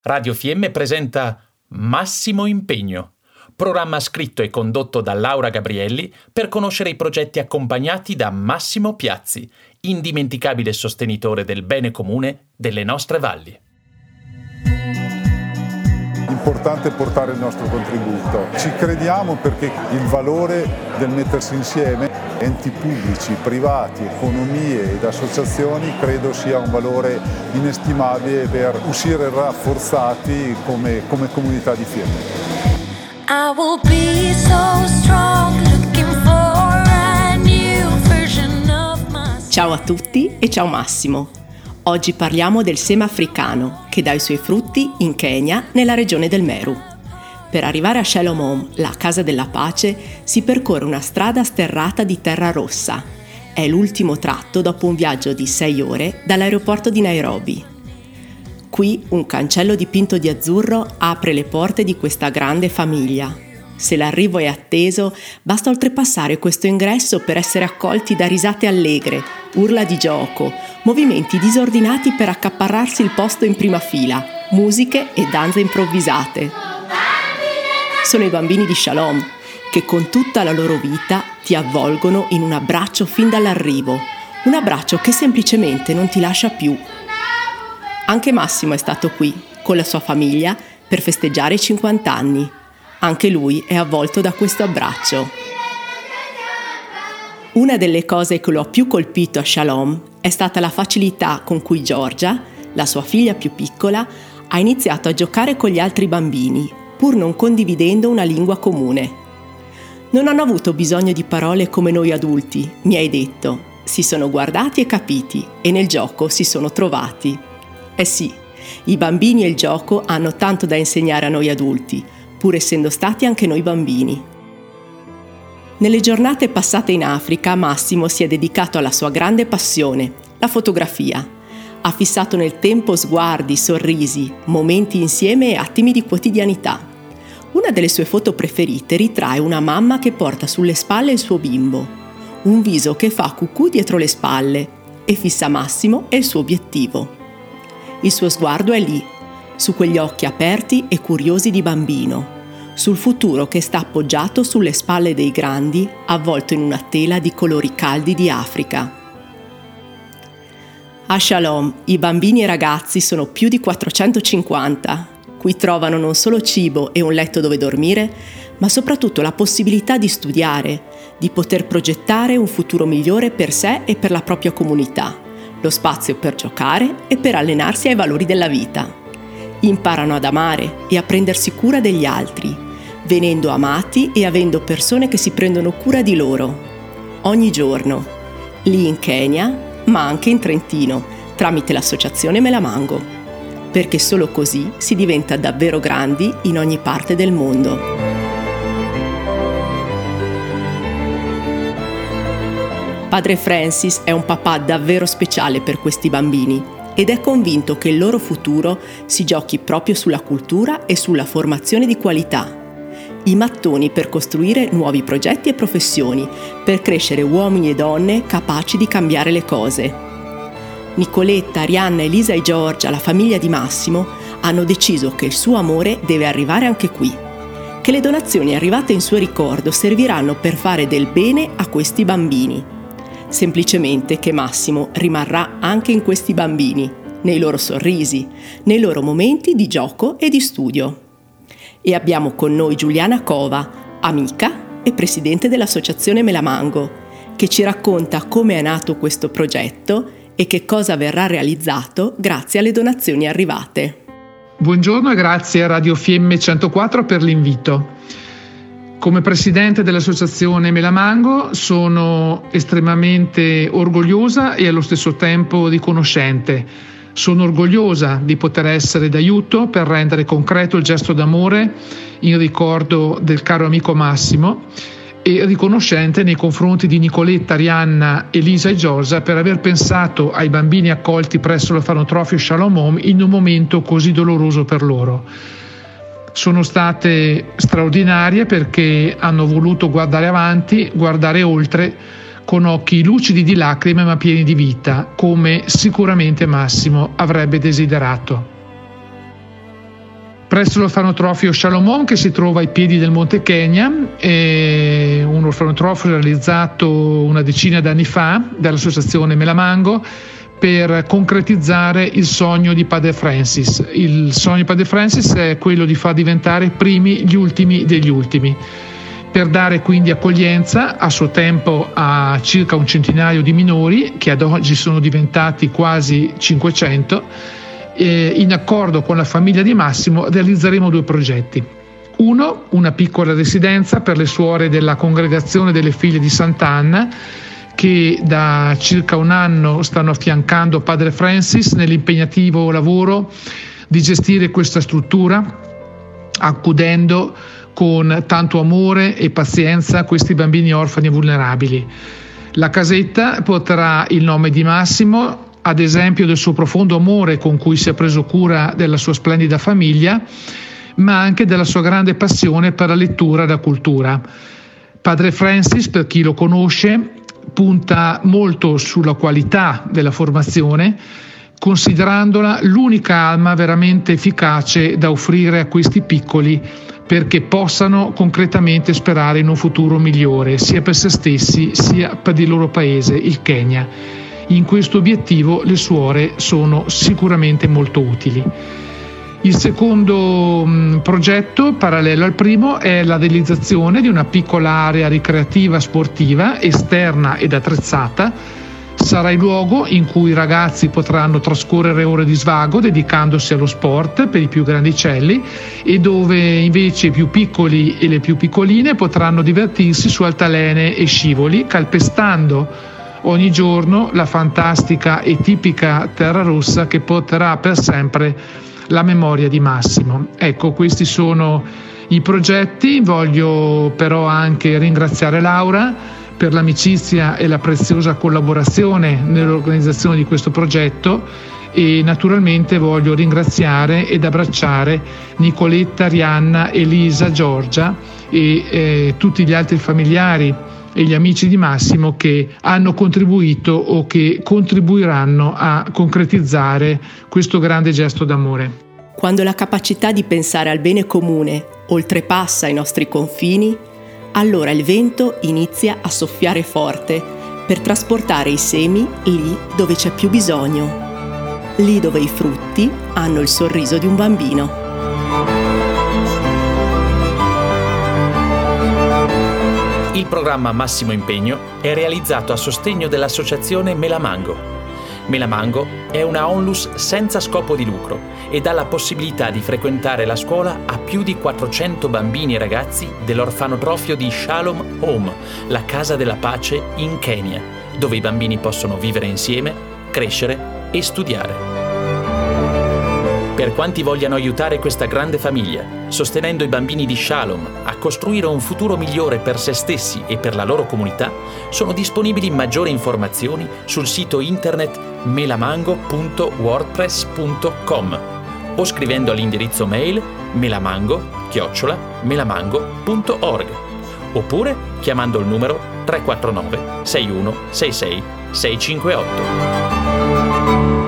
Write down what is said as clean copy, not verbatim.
Radio Fiemme presenta Massimo Impegno, programma scritto e condotto da Laura Gabrielli per conoscere i progetti accompagnati da Massimo Piazzi, indimenticabile sostenitore del bene comune delle nostre valli. Importante portare il nostro contributo. Ci crediamo perché il valore del mettersi insieme, enti pubblici, privati, economie ed associazioni, credo sia un valore inestimabile per uscire rafforzati come comunità di Fiemme. I will be so strong, looking for a new version of myself. Ciao a tutti e ciao Massimo. Oggi parliamo del seme africano che dà i suoi frutti in Kenya, nella regione del Meru. Per arrivare a Shalom Home, la casa della pace, si percorre una strada sterrata di terra rossa. È l'ultimo tratto dopo un viaggio di 6 ore dall'aeroporto di Nairobi. Qui un cancello dipinto di azzurro apre le porte di questa grande famiglia. Se l'arrivo è atteso, basta oltrepassare questo ingresso per essere accolti da risate allegre, urla di gioco, movimenti disordinati per accaparrarsi il posto in prima fila, musiche e danze improvvisate. Sono i bambini di Shalom, che con tutta la loro vita ti avvolgono in un abbraccio fin dall'arrivo, un abbraccio che semplicemente non ti lascia più. Anche Massimo è stato qui, con la sua famiglia, per festeggiare i 50 anni. Anche lui è avvolto da questo abbraccio. Una delle cose che lo ha più colpito a Shalom è stata la facilità con cui Giorgia, la sua figlia più piccola, ha iniziato a giocare con gli altri bambini, pur non condividendo una lingua comune. Non hanno avuto bisogno di parole come noi adulti, mi hai detto. Si sono guardati e capiti e nel gioco si sono trovati. Eh sì, i bambini e il gioco hanno tanto da insegnare a noi adulti, pur essendo stati anche noi bambini. Nelle giornate passate in Africa, Massimo si è dedicato alla sua grande passione, la fotografia. Ha fissato nel tempo sguardi, sorrisi, momenti insieme e attimi di quotidianità. Una delle sue foto preferite ritrae una mamma che porta sulle spalle il suo bimbo, un viso che fa cucù dietro le spalle e fissa Massimo e il suo obiettivo. Il suo sguardo è lì, su quegli occhi aperti e curiosi di bambino, sul futuro che sta appoggiato sulle spalle dei grandi, avvolto in una tela di colori caldi di Africa. A Shalom, i bambini e i ragazzi sono più di 450. Qui trovano non solo cibo e un letto dove dormire, ma soprattutto la possibilità di studiare, di poter progettare un futuro migliore per sé e per la propria comunità, lo spazio per giocare e per allenarsi ai valori della vita. Imparano ad amare e a prendersi cura degli altri, venendo amati e avendo persone che si prendono cura di loro. Ogni giorno, lì in Kenya, ma anche in Trentino, tramite l'associazione Melamango, perché solo così si diventa davvero grandi in ogni parte del mondo. Padre Francis è un papà davvero speciale per questi bambini ed è convinto che il loro futuro si giochi proprio sulla cultura e sulla formazione di qualità. I mattoni per costruire nuovi progetti e professioni, per crescere uomini e donne capaci di cambiare le cose. Nicoletta, Arianna, Elisa e Giorgia, la famiglia di Massimo, hanno deciso che il suo amore deve arrivare anche qui, che le donazioni arrivate in suo ricordo serviranno per fare del bene a questi bambini. Semplicemente che Massimo rimarrà anche in questi bambini, nei loro sorrisi, nei loro momenti di gioco e di studio. E abbiamo con noi Giuliana Cova, amica e presidente dell'associazione Melamango, che ci racconta come è nato questo progetto e che cosa verrà realizzato grazie alle donazioni arrivate. Buongiorno e grazie a Radio Fiemme 104 per l'invito. Come presidente dell'associazione Melamango sono estremamente orgogliosa e allo stesso tempo riconoscente. Sono orgogliosa di poter essere d'aiuto per rendere concreto il gesto d'amore in ricordo del caro amico Massimo e riconoscente nei confronti di Nicoletta, Arianna, Elisa e Giorgia per aver pensato ai bambini accolti presso l'orfanotrofio Shalom Home in un momento così doloroso per loro. Sono state straordinarie perché hanno voluto guardare avanti, guardare oltre, con occhi lucidi di lacrime ma pieni di vita, come sicuramente Massimo avrebbe desiderato. presso l'orfanotrofio Shalom, che si trova ai piedi del Monte Kenya, è un orfanotrofio realizzato una decina d'anni fa dall'associazione Melamango per concretizzare il sogno di Padre Francis. Il sogno di Padre Francis è quello di far diventare primi gli ultimi degli ultimi, per dare quindi accoglienza a suo tempo a circa un centinaio di minori, che ad oggi sono diventati quasi 500. In accordo con la famiglia di Massimo realizzeremo 2 progetti. Uno, una piccola residenza per le suore della Congregazione delle Figlie di Sant'Anna, che da circa un anno stanno affiancando Padre Francis nell'impegnativo lavoro di gestire questa struttura, accudendo con tanto amore e pazienza questi bambini orfani e vulnerabili. La casetta porterà il nome di Massimo, ad esempio del suo profondo amore con cui si è preso cura della sua splendida famiglia, ma anche della sua grande passione per la lettura e la cultura. Padre Francis, per chi lo conosce, punta molto sulla qualità della formazione, considerandola l'unica arma veramente efficace da offrire a questi piccoli perché possano concretamente sperare in un futuro migliore, sia per se stessi sia per il loro paese, il Kenya. In questo obiettivo le suore sono sicuramente molto utili. Il secondo progetto, parallelo al primo, è la realizzazione di una piccola area ricreativa sportiva esterna ed attrezzata. Sarà il luogo in cui i ragazzi potranno trascorrere ore di svago dedicandosi allo sport per i più grandicelli, e dove invece i più piccoli e le più piccoline potranno divertirsi su altalene e scivoli, calpestando ogni giorno la fantastica e tipica terra rossa che porterà per sempre la memoria di Massimo. Ecco, questi sono i progetti. Voglio però anche ringraziare Laura per l'amicizia e la preziosa collaborazione nell'organizzazione di questo progetto, e naturalmente voglio ringraziare ed abbracciare Nicoletta, Rianna, Elisa, Giorgia e tutti gli altri familiari e gli amici di Massimo che hanno contribuito o che contribuiranno a concretizzare questo grande gesto d'amore. Quando la capacità di pensare al bene comune oltrepassa i nostri confini, allora il vento inizia a soffiare forte per trasportare i semi lì dove c'è più bisogno, lì dove i frutti hanno il sorriso di un bambino. Il programma Massimo Impegno è realizzato a sostegno dell'associazione Melamango. Melamango è una onlus senza scopo di lucro e dà la possibilità di frequentare la scuola a più di 400 bambini e ragazzi dell'orfanotrofio di Shalom Home, la Casa della Pace in Kenya, dove i bambini possono vivere insieme, crescere e studiare. Per quanti vogliano aiutare questa grande famiglia, sostenendo i bambini di Shalom a costruire un futuro migliore per se stessi e per la loro comunità, sono disponibili maggiori informazioni sul sito internet melamango.wordpress.com o scrivendo all'indirizzo mail melamango@melamango.org oppure chiamando il numero 349 6166 658.